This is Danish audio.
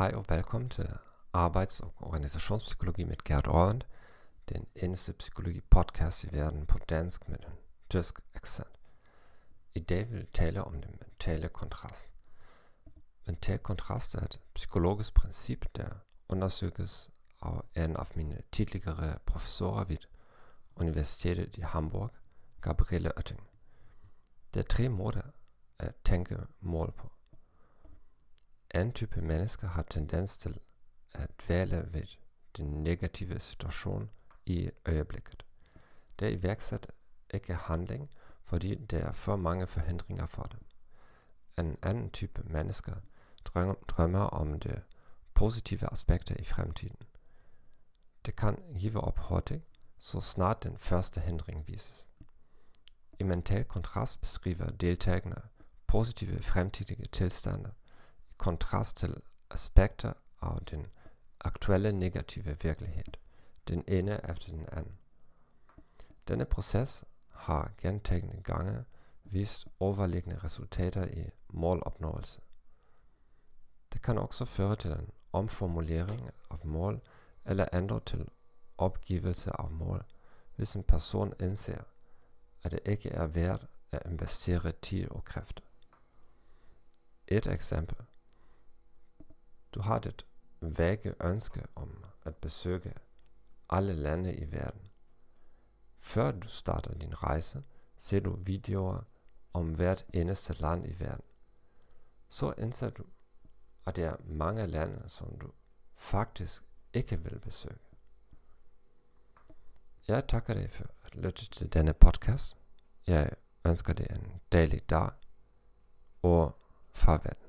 Hej og velkommen til Arbejds- og Organisationspsykologi med Gert Arendt, den eneste psykologi-podcast i verden på dansk med en tysk accent. I dag vil vi tale om den mentale kontrast. Mental kontrast er et psykologisk princip, der undersøges af en af mine tidligere professorer ved Universitetet i Hamburg, Gabriele Oetting. Der er 3 måder at tænke mål på. En type mennesker har tendens til at dvæle ved den negative situation i øjeblikket. Der iværksætter ikke handling, fordi der er for mange forhindringer for dem. En anden type mennesker drømmer om de positive aspekter i fremtiden. Det kan give op hurtigt, så snart den første hindring vises. I mental kontrast beskriver deltagerne positive fremtidige tilstande i kontrast til aspekter af den aktuelle negative virkelighed, den ene efter den anden. Denne proces har gentagne gange vist overliggende resultater i målopnåelse. Det kan også føre til en omformulering af mål eller ændre til opgivelse af mål, hvis en person indser, at det ikke er værd at investere tid og kræfter. Et eksempel. Du har det vage ønske om at besøge alle lande i verden. Før du starter din rejse, ser du videoer om hvert eneste land i verden. Så indser du, at der er mange lande, som du faktisk ikke vil besøge. Jeg takker dig for at lytte til denne podcast. Jeg ønsker dig en dejlig dag og farvel.